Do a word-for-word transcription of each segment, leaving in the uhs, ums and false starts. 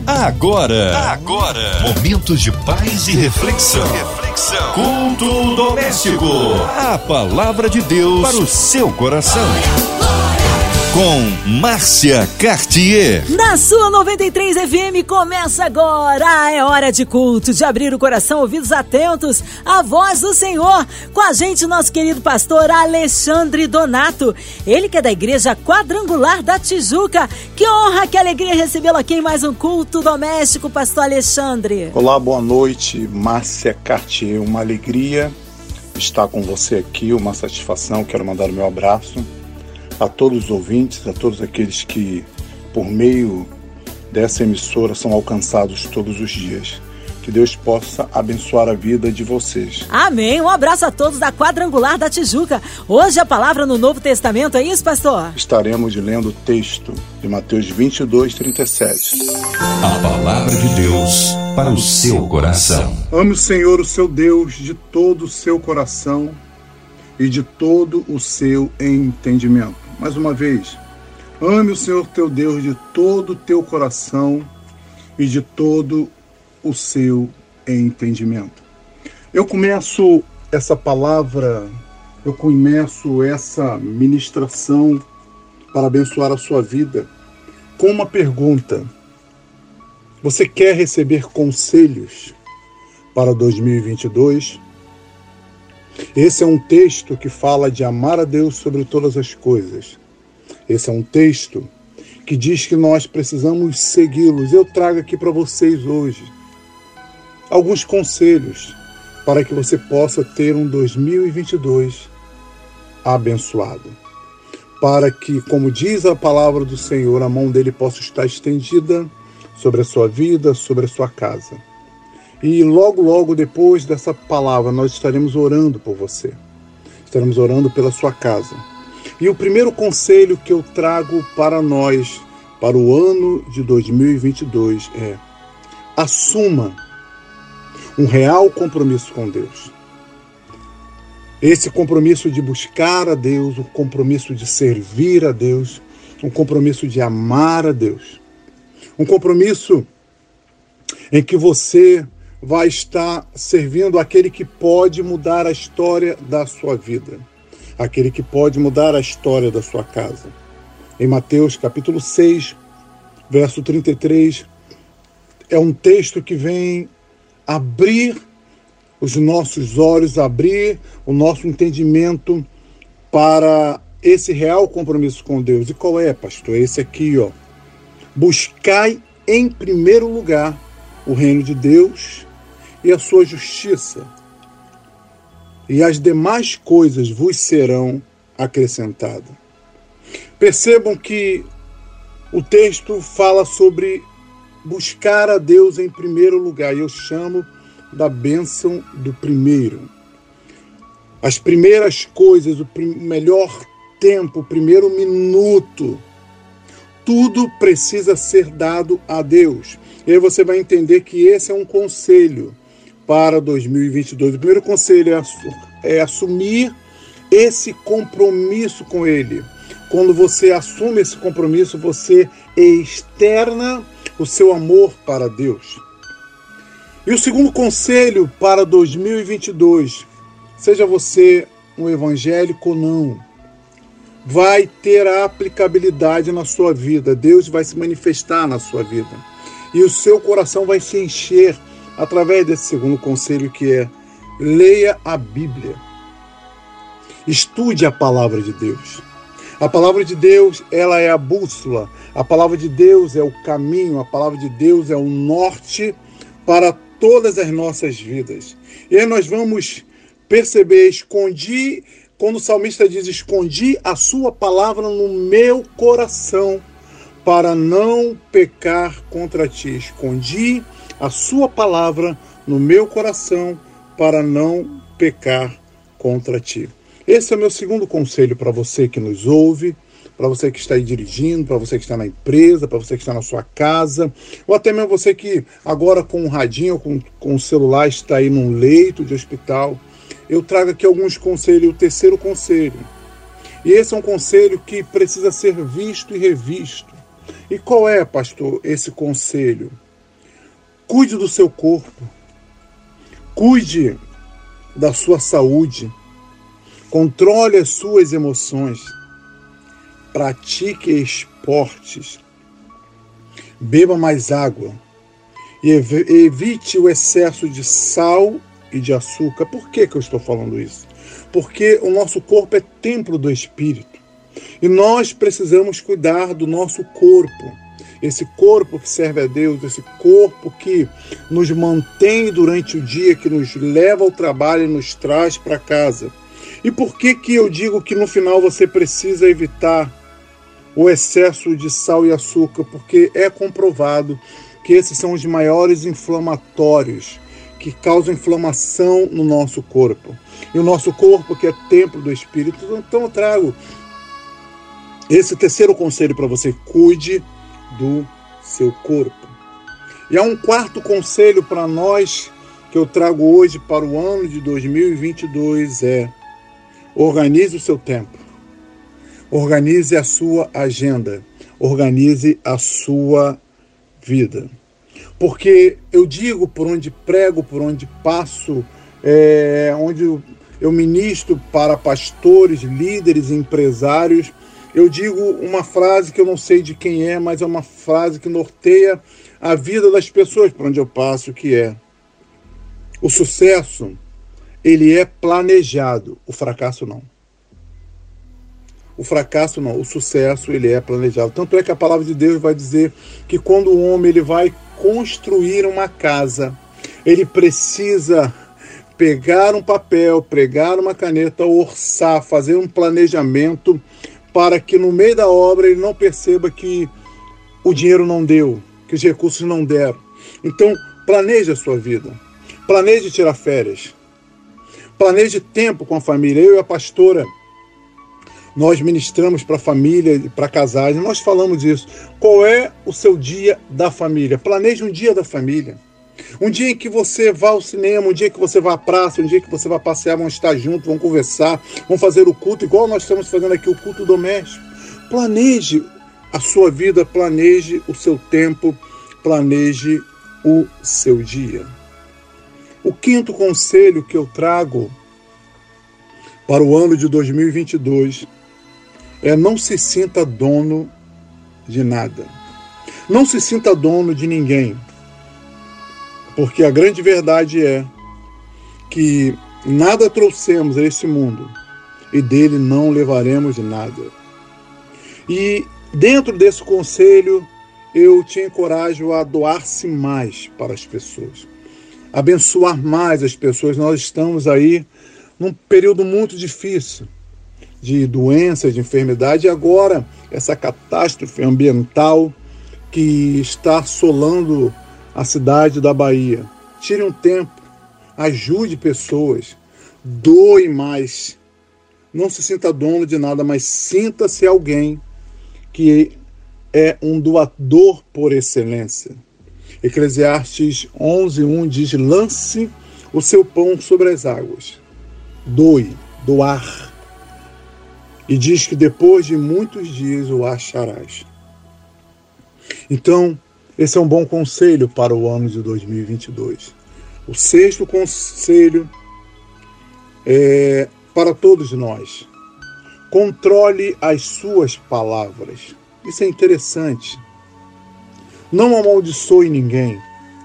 Agora, agora, momentos de paz e reflexão. Reflexão. Culto doméstico. A palavra de Deus para o seu coração. Com Márcia Cartier. Na sua noventa e três F M começa agora. É hora de culto, de abrir o coração, ouvidos atentos à voz do Senhor. Com a gente, nosso querido pastor Alexandre Donato. Ele que é da Igreja Quadrangular da Tijuca. Que honra, que alegria recebê-lo aqui em mais um culto doméstico, pastor Alexandre. Olá, boa noite, Márcia Cartier. Uma alegria estar com você aqui, uma satisfação. Quero mandar o meu abraço a todos os ouvintes, a todos aqueles que, por meio dessa emissora, são alcançados todos os dias. Que Deus possa abençoar a vida de vocês. Amém. Um abraço a todos da Quadrangular da Tijuca. Hoje a palavra no Novo Testamento, é isso, pastor? Estaremos lendo o texto de Mateus vinte e dois, trinta e sete. A palavra de Deus para o seu coração. Ame o Senhor, o seu Deus, de todo o seu coração e de todo o seu entendimento. Mais uma vez, ame o Senhor teu Deus de todo o teu coração e de todo o seu entendimento. Eu começo essa palavra, eu começo essa ministração para abençoar a sua vida com uma pergunta. Você quer receber conselhos para dois mil e vinte e dois? Esse é um texto que fala de amar a Deus sobre todas as coisas. Esse é um texto que diz que nós precisamos segui-los. Eu trago aqui para vocês hoje alguns conselhos para que você possa ter um dois mil e vinte e dois abençoado. Para que, como diz a palavra do Senhor, a mão dele possa estar estendida sobre a sua vida, sobre a sua casa. E logo, logo depois dessa palavra, nós estaremos orando por você. Estaremos orando pela sua casa. E o primeiro conselho que eu trago para nós, para o ano de dois mil e vinte e dois, é: assuma um real compromisso com Deus. Esse compromisso de buscar a Deus, o compromisso de servir a Deus, um compromisso de amar a Deus. Um compromisso em que você vai estar servindo aquele que pode mudar a história da sua vida, aquele que pode mudar a história da sua casa. Em Mateus capítulo seis, verso trinta e três, é um texto que vem abrir os nossos olhos, abrir o nosso entendimento para esse real compromisso com Deus. E qual é, pastor? Esse aqui, ó. Buscai em primeiro lugar o reino de Deus e a sua justiça, e as demais coisas vos serão acrescentadas. Percebam que o texto fala sobre buscar a Deus em primeiro lugar, e eu chamo da bênção do primeiro. As primeiras coisas, o melhor tempo, o primeiro minuto, tudo precisa ser dado a Deus. E aí você vai entender que esse é um conselho para dois mil e vinte e dois. O primeiro conselho é, é assumir esse compromisso com Ele. Quando você assume esse compromisso, você externa o seu amor para Deus. E o segundo conselho para dois mil e vinte e dois, seja você um evangélico ou não, vai ter a aplicabilidade na sua vida. Deus vai se manifestar na sua vida. E o seu coração vai se encher através desse segundo conselho, que é: leia a Bíblia. Estude a palavra de Deus. A palavra de Deus, ela é a bússola. A palavra de Deus é o caminho. A palavra de Deus é o norte para todas as nossas vidas. E aí nós vamos perceber, escondi, quando o salmista diz: escondi a sua palavra no meu coração para não pecar contra ti. Escondi a sua palavra no meu coração para não pecar contra ti. Esse é o meu segundo conselho para você que nos ouve, para você que está aí dirigindo, para você que está na empresa, para você que está na sua casa, ou até mesmo você que agora com um radinho ou com, com o celular está aí num leito de hospital. Eu trago aqui alguns conselhos. O terceiro conselho, e esse é um conselho que precisa ser visto e revisto. E qual é, pastor, esse conselho? Cuide do seu corpo. Cuide da sua saúde. Controle as suas emoções. Pratique esportes. Beba mais água. E evite o excesso de sal e de açúcar. Por que que eu estou falando isso? Porque o nosso corpo é templo do Espírito. E nós precisamos cuidar do nosso corpo. Esse corpo que serve a Deus, esse corpo que nos mantém durante o dia, que nos leva ao trabalho e nos traz para casa. E por que que eu digo que no final você precisa evitar o excesso de sal e açúcar? Porque é comprovado que esses são os maiores inflamatórios, que causam inflamação no nosso corpo. E o nosso corpo, que é templo do Espírito. Então eu trago esse terceiro conselho para você: cuide do seu corpo. E há um quarto conselho para nós que eu trago hoje para o ano de dois mil e vinte e dois, é: organize o seu tempo. Organize a sua agenda. Organize a sua vida. Porque eu digo, por onde prego, por onde passo, é, onde eu ministro para pastores, líderes, empresários, eu digo uma frase que eu não sei de quem é, mas é uma frase que norteia a vida das pessoas por onde eu passo, que é: o sucesso, ele é planejado, o fracasso não. O fracasso não, o sucesso, ele é planejado. Tanto é que a palavra de Deus vai dizer que quando o homem ele vai construir uma casa, ele precisa pegar um papel, pregar uma caneta, orçar, fazer um planejamento, para que no meio da obra ele não perceba que o dinheiro não deu, que os recursos não deram. Então, planeje a sua vida. Planeje tirar férias. Planeje tempo com a família. Eu e a pastora, nós ministramos para a família e para casais. Nós falamos disso. Qual é o seu dia da família? Planeje um dia da família. Um dia em que você vá ao cinema, um dia que você vá à praça, um dia que você vai passear, vão estar juntos, vão conversar, vão fazer o culto, igual nós estamos fazendo aqui, o culto doméstico. Planeje a sua vida, planeje o seu tempo, planeje o seu dia. O quinto conselho que eu trago para o ano de dois mil e vinte e dois é: não se sinta dono de nada. Não se sinta dono de ninguém. Porque a grande verdade é que nada trouxemos a esse mundo e dele não levaremos nada. E dentro desse conselho, eu te encorajo a doar-se mais para as pessoas, abençoar mais as pessoas. Nós estamos aí num período muito difícil de doenças, de enfermidade, e agora essa catástrofe ambiental que está assolando a cidade da Bahia. Tire um tempo, ajude pessoas, doe mais. Não se sinta dono de nada, mas sinta-se alguém que é um doador por excelência. Eclesiastes onze, um diz: lance o seu pão sobre as águas. Doe, doar. E diz que depois de muitos dias o acharás. Então, esse é um bom conselho para o ano de dois mil e vinte e dois. O sexto conselho é para todos nós: controle as suas palavras. Isso é interessante. Não amaldiçoe ninguém.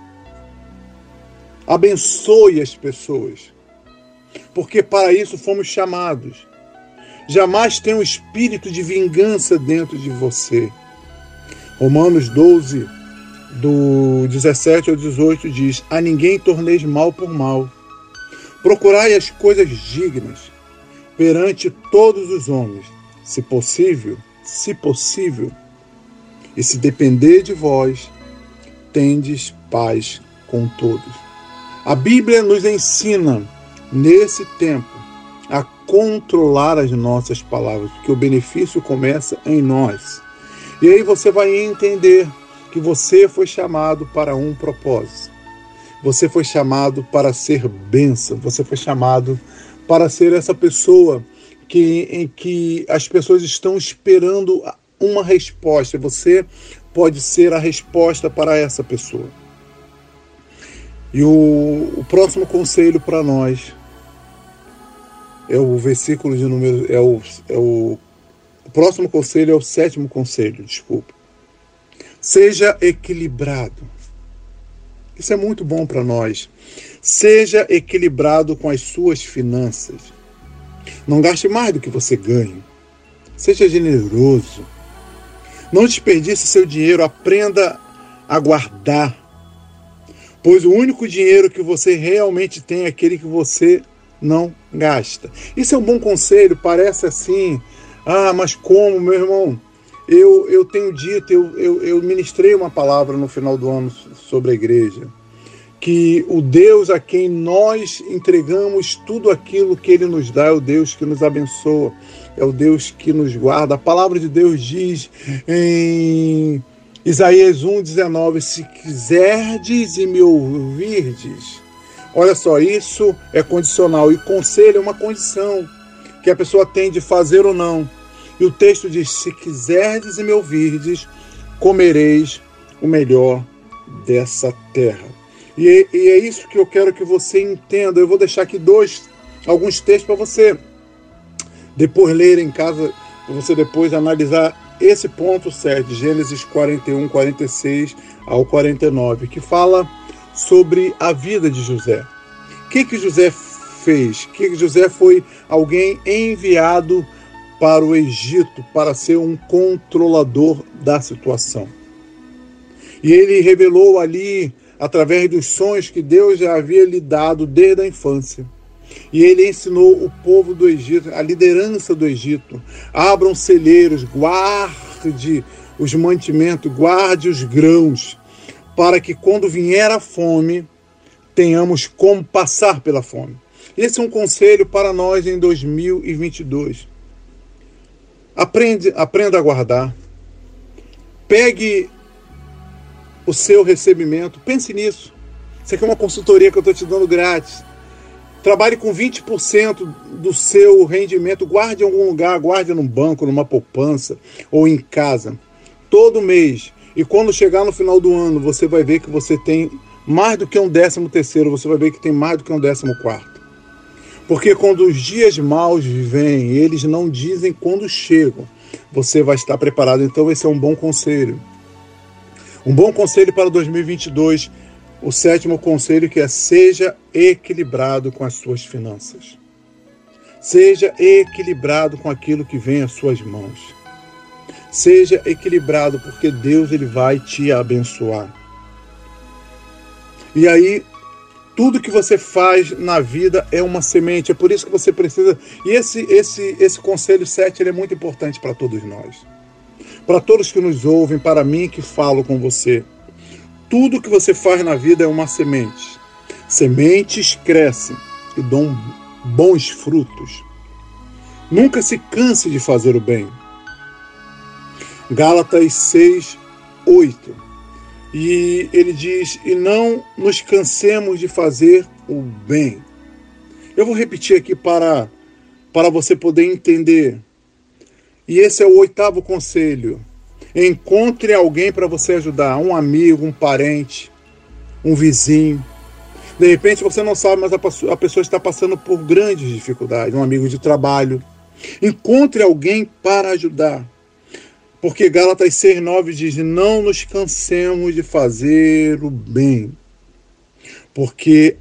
Abençoe as pessoas. Porque para isso fomos chamados. Jamais tenha um espírito de vingança dentro de você. Romanos doze, do dezessete ao dezoito diz: a ninguém torneis mal por mal. Procurai as coisas dignas perante todos os homens, se possível, se possível, e se depender de vós, tendes paz com todos. A Bíblia nos ensina, nesse tempo, a controlar as nossas palavras, porque o benefício começa em nós. E aí você vai entender que você foi chamado para um propósito. Você foi chamado para ser bênção. Você foi chamado para ser essa pessoa que, em que as pessoas estão esperando uma resposta. Você pode ser a resposta para essa pessoa. E o, o próximo conselho para nós é o versículo de número... É o, é o, o próximo conselho é o sétimo conselho, desculpa. Seja equilibrado. Isso é muito bom para nós. Seja equilibrado com as suas finanças. Não gaste mais do que você ganha. Seja generoso. Não desperdice seu dinheiro. Aprenda a guardar. Pois o único dinheiro que você realmente tem é aquele que você não gasta. Isso é um bom conselho. Parece assim. Ah, mas como, meu irmão? Eu, eu tenho dito, eu, eu, eu ministrei uma palavra no final do ano sobre a igreja, que o Deus a quem nós entregamos tudo aquilo que Ele nos dá é o Deus que nos abençoa, é o Deus que nos guarda. A palavra de Deus diz em Isaías um, dezenove, se quiserdes e me ouvirdes. Olha só, isso é condicional, e conselho é uma condição que a pessoa tem de fazer ou não. E o texto diz, se quiserdes e me ouvirdes, comereis o melhor dessa terra. E, e é isso que eu quero que você entenda. Eu vou deixar aqui dois, alguns textos para você depois ler em casa, para você depois analisar esse ponto certo, Gênesis quarenta e um, quarenta e seis ao quarenta e nove, que fala sobre a vida de José. O que que José fez? Que que José foi alguém enviado para o Egito para ser um controlador da situação. E ele revelou ali, através dos sonhos que Deus já havia lhe dado desde a infância. E ele ensinou o povo do Egito, a liderança do Egito. Abram celeiros, guarde os mantimentos, guarde os grãos, para que quando vier a fome, tenhamos como passar pela fome. Esse é um conselho para nós em dois mil e vinte e dois. Aprende, aprenda a guardar. Pegue o seu recebimento. Pense nisso. Isso aqui é uma consultoria que eu estou te dando grátis. Trabalhe com vinte por cento do seu rendimento. Guarde em algum lugar. Guarde num banco, numa poupança ou em casa. Todo mês. E quando chegar no final do ano, você vai ver que você tem mais do que um décimo terceiro. Você vai ver que tem mais do que um décimo quarto. Porque quando os dias maus vêm, eles não dizem quando chegam, você vai estar preparado. Então esse é um bom conselho. Um bom conselho para dois mil e vinte e dois, o sétimo conselho, que é seja equilibrado com as suas finanças. Seja equilibrado com aquilo que vem às suas mãos. Seja equilibrado, porque Deus ele vai te abençoar. E aí, tudo que você faz na vida é uma semente. É por isso que você precisa... E esse, esse, esse conselho sete ele é muito importante para todos nós. Para todos que nos ouvem, para mim que falo com você. Tudo que você faz na vida é uma semente. Sementes crescem e dão bons frutos. Nunca se canse de fazer o bem. Gálatas seis, oito. E ele diz, e não nos cansemos de fazer o bem. Eu vou repetir aqui para, para você poder entender. E esse é o oitavo conselho. Encontre alguém para você ajudar. Um amigo, um parente, um vizinho. De repente você não sabe, mas a pessoa está passando por grandes dificuldades. Um amigo de trabalho. Encontre alguém para ajudar. Porque Gálatas seis, nove diz, não nos cansemos de fazer o bem, porque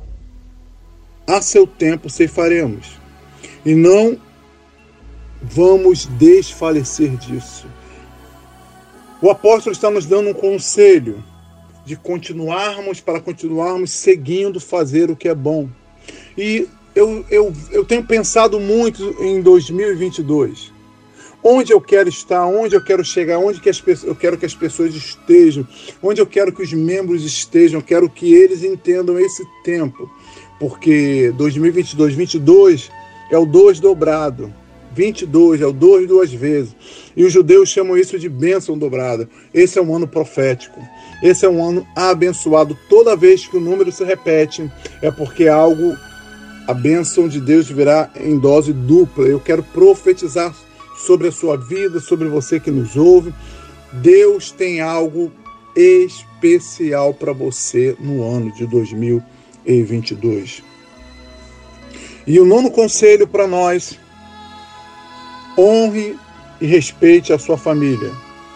a seu tempo ceifaremos, e não vamos desfalecer disso. O apóstolo está nos dando um conselho de continuarmos, para continuarmos seguindo fazer o que é bom. E eu, eu, eu tenho pensado muito em dois mil e vinte e dois. Onde eu quero estar, onde eu quero chegar, onde que as pessoas, eu quero que as pessoas estejam, onde eu quero que os membros estejam, eu quero que eles entendam esse tempo. Porque dois mil e vinte e dois, vinte e dois é o dois dobrado, vinte e dois é o dois duas vezes. E os judeus chamam isso de bênção dobrada. Esse é um ano profético. Esse é um ano abençoado. Toda vez que o número se repete, é porque algo, a bênção de Deus virá em dose dupla. Eu quero profetizar sobre a sua vida, sobre você que nos ouve. Deus tem algo especial para você no ano de dois mil e vinte e dois. E o nono conselho para nós: honre e respeite a sua família.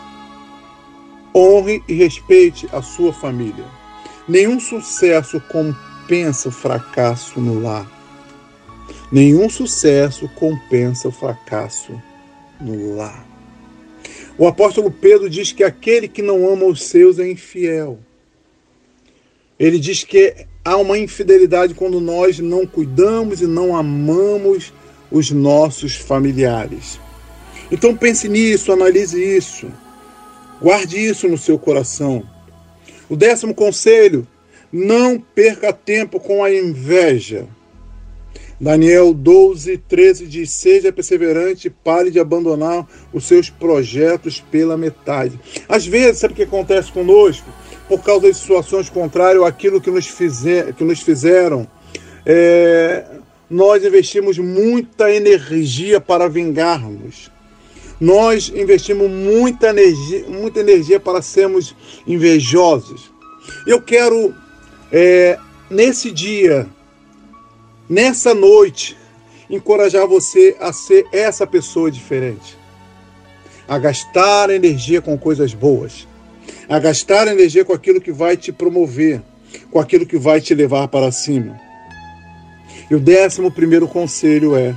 Honre e respeite a sua família. Nenhum sucesso compensa o fracasso no lar. Nenhum sucesso compensa o fracasso no lar. O apóstolo Pedro diz que aquele que não ama os seus é infiel. Ele diz que há uma infidelidade quando nós não cuidamos e não amamos os nossos familiares. Então pense nisso, analise isso. Guarde isso no seu coração. O décimo conselho: não perca tempo com a inveja. Daniel doze, treze diz: seja perseverante e pare de abandonar os seus projetos pela metade. Às vezes, sabe o que acontece conosco? Por causa de situações contrárias àquilo que nos, fizer, que nos fizeram, é, nós investimos muita energia para vingarmos. Nós investimos muita energia, muita energia para sermos invejosos. Eu quero, é, nesse dia, nessa noite, encorajar você a ser essa pessoa diferente. A gastar energia com coisas boas. A gastar energia com aquilo que vai te promover, com aquilo que vai te levar para cima. E o décimo primeiro conselho é: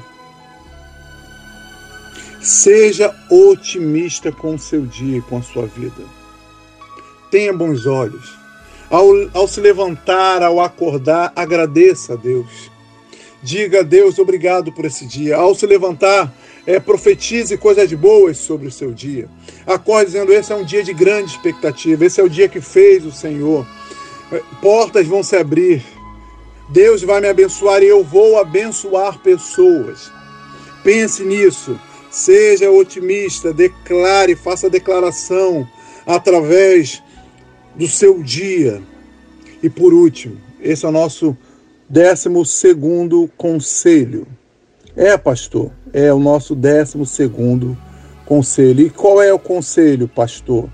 seja otimista com o seu dia e com a sua vida. Tenha bons olhos. Ao, ao se levantar, ao acordar, agradeça a Deus. Diga a Deus obrigado por esse dia. Ao se levantar, é, profetize coisas boas sobre o seu dia. Acorde dizendo: esse é um dia de grande expectativa. Esse é o dia que fez o Senhor. Portas vão se abrir. Deus vai me abençoar e eu vou abençoar pessoas. Pense nisso. Seja otimista. Declare, faça declaração através do seu dia. E por último, esse é o nosso décimo segundo conselho. É, pastor, é o nosso décimo segundo conselho. E qual é o conselho, pastor?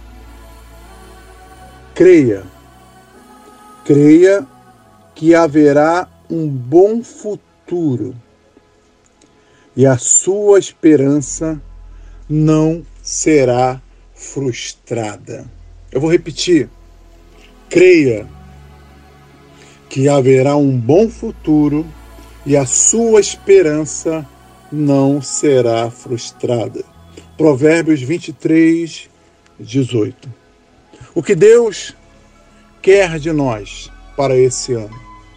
Creia. Creia que haverá um bom futuro e a sua esperança não será frustrada. Eu vou repetir. Creia que haverá um bom futuro e a sua esperança não será frustrada. Provérbios vinte e três, dezoito. O que Deus quer de nós para esse ano?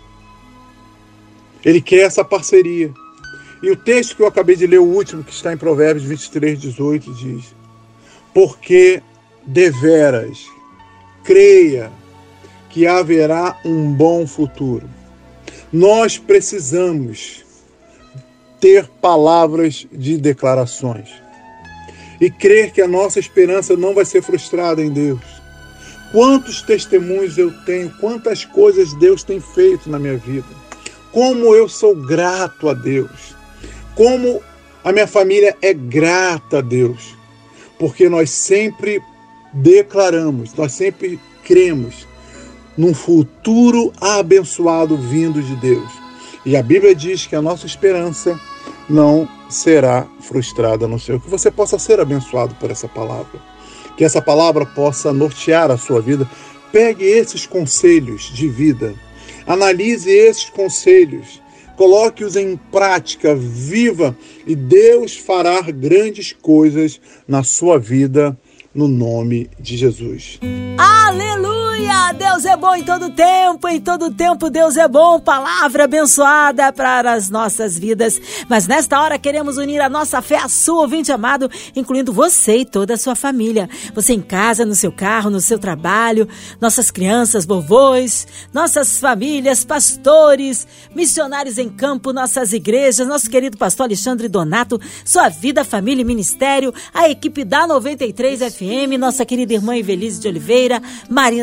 Ele quer essa parceria. E o texto que eu acabei de ler, o último, que está em Provérbios vinte e três, dezoito, diz: porque deveras creia que haverá um bom futuro. Nós precisamos ter palavras de declarações e crer que a nossa esperança não vai ser frustrada em Deus. Quantos testemunhos eu tenho, quantas coisas Deus tem feito na minha vida. Como eu sou grato a Deus. Como a minha família é grata a Deus. Porque nós sempre declaramos, nós sempre cremos num futuro abençoado vindo de Deus. E a Bíblia diz que a nossa esperança não será frustrada no Senhor. Que você possa ser abençoado por essa palavra. Que essa palavra possa nortear a sua vida. Pegue esses conselhos de vida. Analise esses conselhos. Coloque-os em prática, viva, e Deus fará grandes coisas na sua vida, no nome de Jesus. Aleluia! Deus é bom em todo tempo, em todo tempo Deus é bom. Palavra abençoada para as nossas vidas. Mas nesta hora queremos unir a nossa fé à sua, ouvinte amado, incluindo você e toda a sua família. Você em casa, no seu carro, no seu trabalho, nossas crianças, vovôs, nossas famílias, pastores, missionários em campo, nossas igrejas, nosso querido pastor Alexandre Donato, sua vida, família e ministério, a equipe da noventa e três F M, nossa querida irmã Evelise de Oliveira, Marina de Oliveira,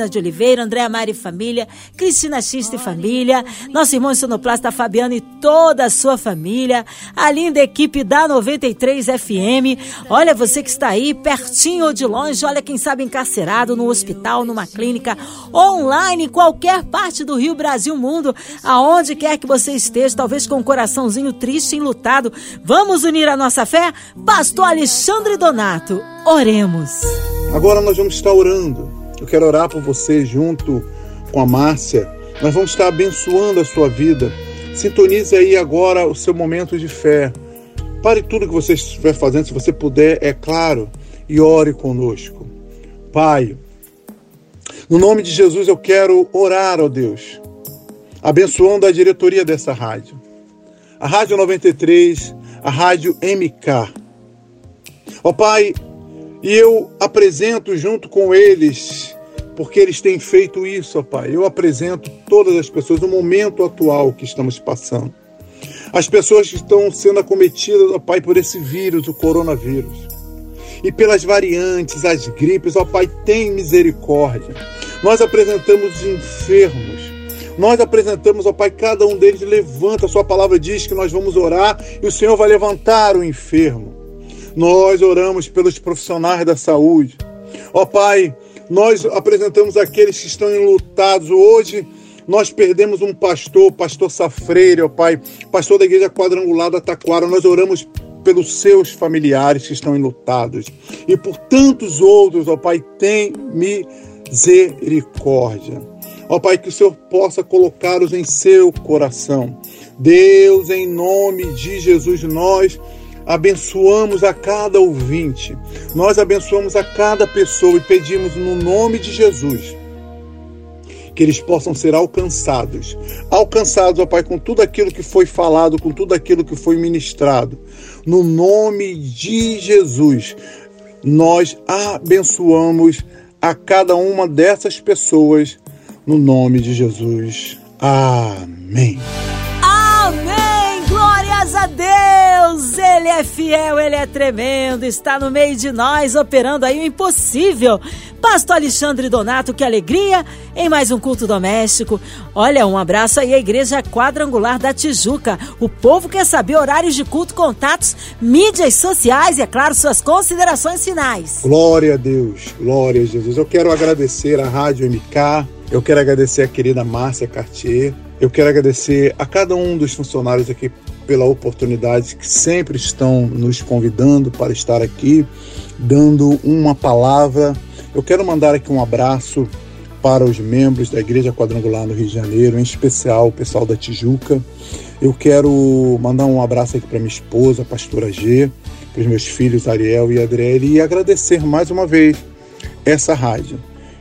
Ribeiro, Andréa Mari e família, Cristina Xista e família, nosso irmão sonoplasta Fabiano e toda a sua família, a linda equipe da noventa e três F M. Olha, você que está aí, pertinho ou de longe, olha, quem sabe encarcerado, no hospital, numa clínica, online, em qualquer parte do Rio, Brasil, mundo, aonde quer que você esteja, talvez com um coraçãozinho triste, enlutado. Vamos unir a nossa fé? Pastor Alexandre Donato, oremos. Agora nós vamos estar orando. Eu quero orar por você junto com a Márcia. Nós vamos estar abençoando a sua vida. Sintonize aí agora o seu momento de fé. Pare tudo que você estiver fazendo, se você puder, é claro, e ore conosco. Pai, no nome de Jesus eu quero orar, ó Deus, abençoando a diretoria dessa rádio. A Rádio noventa e três, a Rádio M K. Ó Pai, e eu apresento junto com eles, porque eles têm feito isso, ó Pai. Eu apresento todas as pessoas no momento atual que estamos passando. As pessoas que estão sendo acometidas, ó Pai, por esse vírus, o coronavírus. E pelas variantes, as gripes, ó Pai, tem misericórdia. Nós apresentamos os enfermos. Nós apresentamos, ó Pai, cada um deles levanta. A sua palavra diz que nós vamos orar e o Senhor vai levantar o enfermo. Nós oramos pelos profissionais da saúde. Ó Pai, nós apresentamos aqueles que estão enlutados. Hoje nós perdemos um pastor, o pastor Safreire, ó Pai, pastor da Igreja Quadrangular da Taquara. Nós oramos pelos seus familiares que estão enlutados. E por tantos outros, ó Pai, tem misericórdia. Ó Pai, que o Senhor possa colocá-los em seu coração. Deus, em nome de Jesus, nós abençoamos a cada ouvinte. Nós abençoamos a cada pessoa e pedimos no nome de Jesus que eles possam ser alcançados. Alcançados, ó Pai, com tudo aquilo que foi falado, com tudo aquilo que foi ministrado. No nome de Jesus, nós abençoamos a cada uma dessas pessoas. No nome de Jesus. Amém. Amém. Glórias a Deus. Ele é fiel, Ele é tremendo. Está no meio de nós, operando aí o impossível. Pastor Alexandre Donato, que alegria em mais um culto doméstico. Olha, um abraço aí à Igreja Quadrangular da Tijuca. O povo quer saber horários de culto, contatos, mídias sociais e, é claro, suas considerações finais. Glória a Deus, glória a Jesus. Eu quero agradecer à Rádio M K, eu quero agradecer a querida Márcia Cartier, eu quero agradecer a cada um dos funcionários aqui pela oportunidade que sempre estão nos convidando para estar aqui, dando uma palavra. Eu quero mandar aqui um abraço para os membros da Igreja Quadrangular no Rio de Janeiro, em especial o pessoal da Tijuca. Eu quero mandar um abraço aqui para minha esposa, a pastora G, para os meus filhos Ariel e Adriele, e agradecer mais uma vez essa rádio.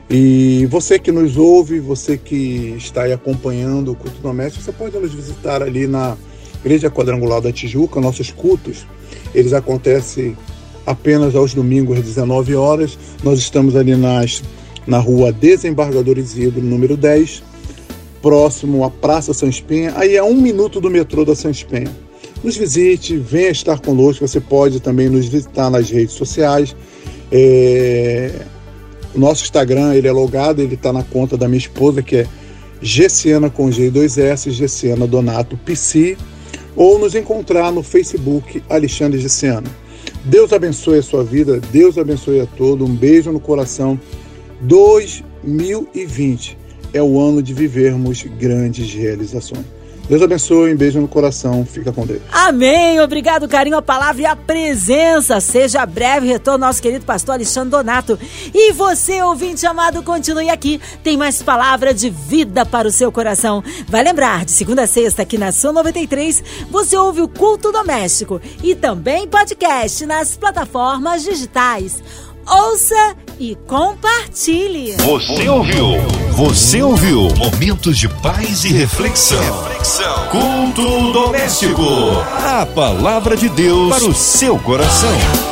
E você que nos ouve, você que está aí acompanhando o culto doméstico, você pode nos visitar ali na Igreja Quadrangular da Tijuca. Nossos cultos, eles acontecem apenas aos domingos às dezenove horas. Nós estamos ali nas, na rua Desembargador Isidro, número dez, próximo à Praça São Espenha, aí a um minuto do metrô da São Espenha. Nos visite, venha estar conosco. Você pode também nos visitar nas redes sociais. É... O nosso Instagram, ele é logado, ele está na conta da minha esposa, que é Gessiana com G e dois S, Gessiana Donato P C, ou nos encontrar no Facebook Alexandre Gessiana. Deus abençoe a sua vida, Deus abençoe a todos, um beijo no coração. dois mil e vinte é o ano de vivermos grandes realizações. Deus abençoe, um beijo no coração, fica com Deus. Amém, obrigado, carinho, a palavra e a presença. Seja breve retorno, nosso querido pastor Alexandre Donato. E você, ouvinte amado, continue aqui, tem mais palavra de vida para o seu coração. Vai lembrar, de segunda a sexta, aqui na Sua noventa e três, você ouve o Culto Doméstico e também podcast nas plataformas digitais. Ouça e compartilhe. Você ouviu? Você ouviu? Momentos de paz e reflexão. Reflexão. Culto doméstico. A palavra de Deus para o seu coração.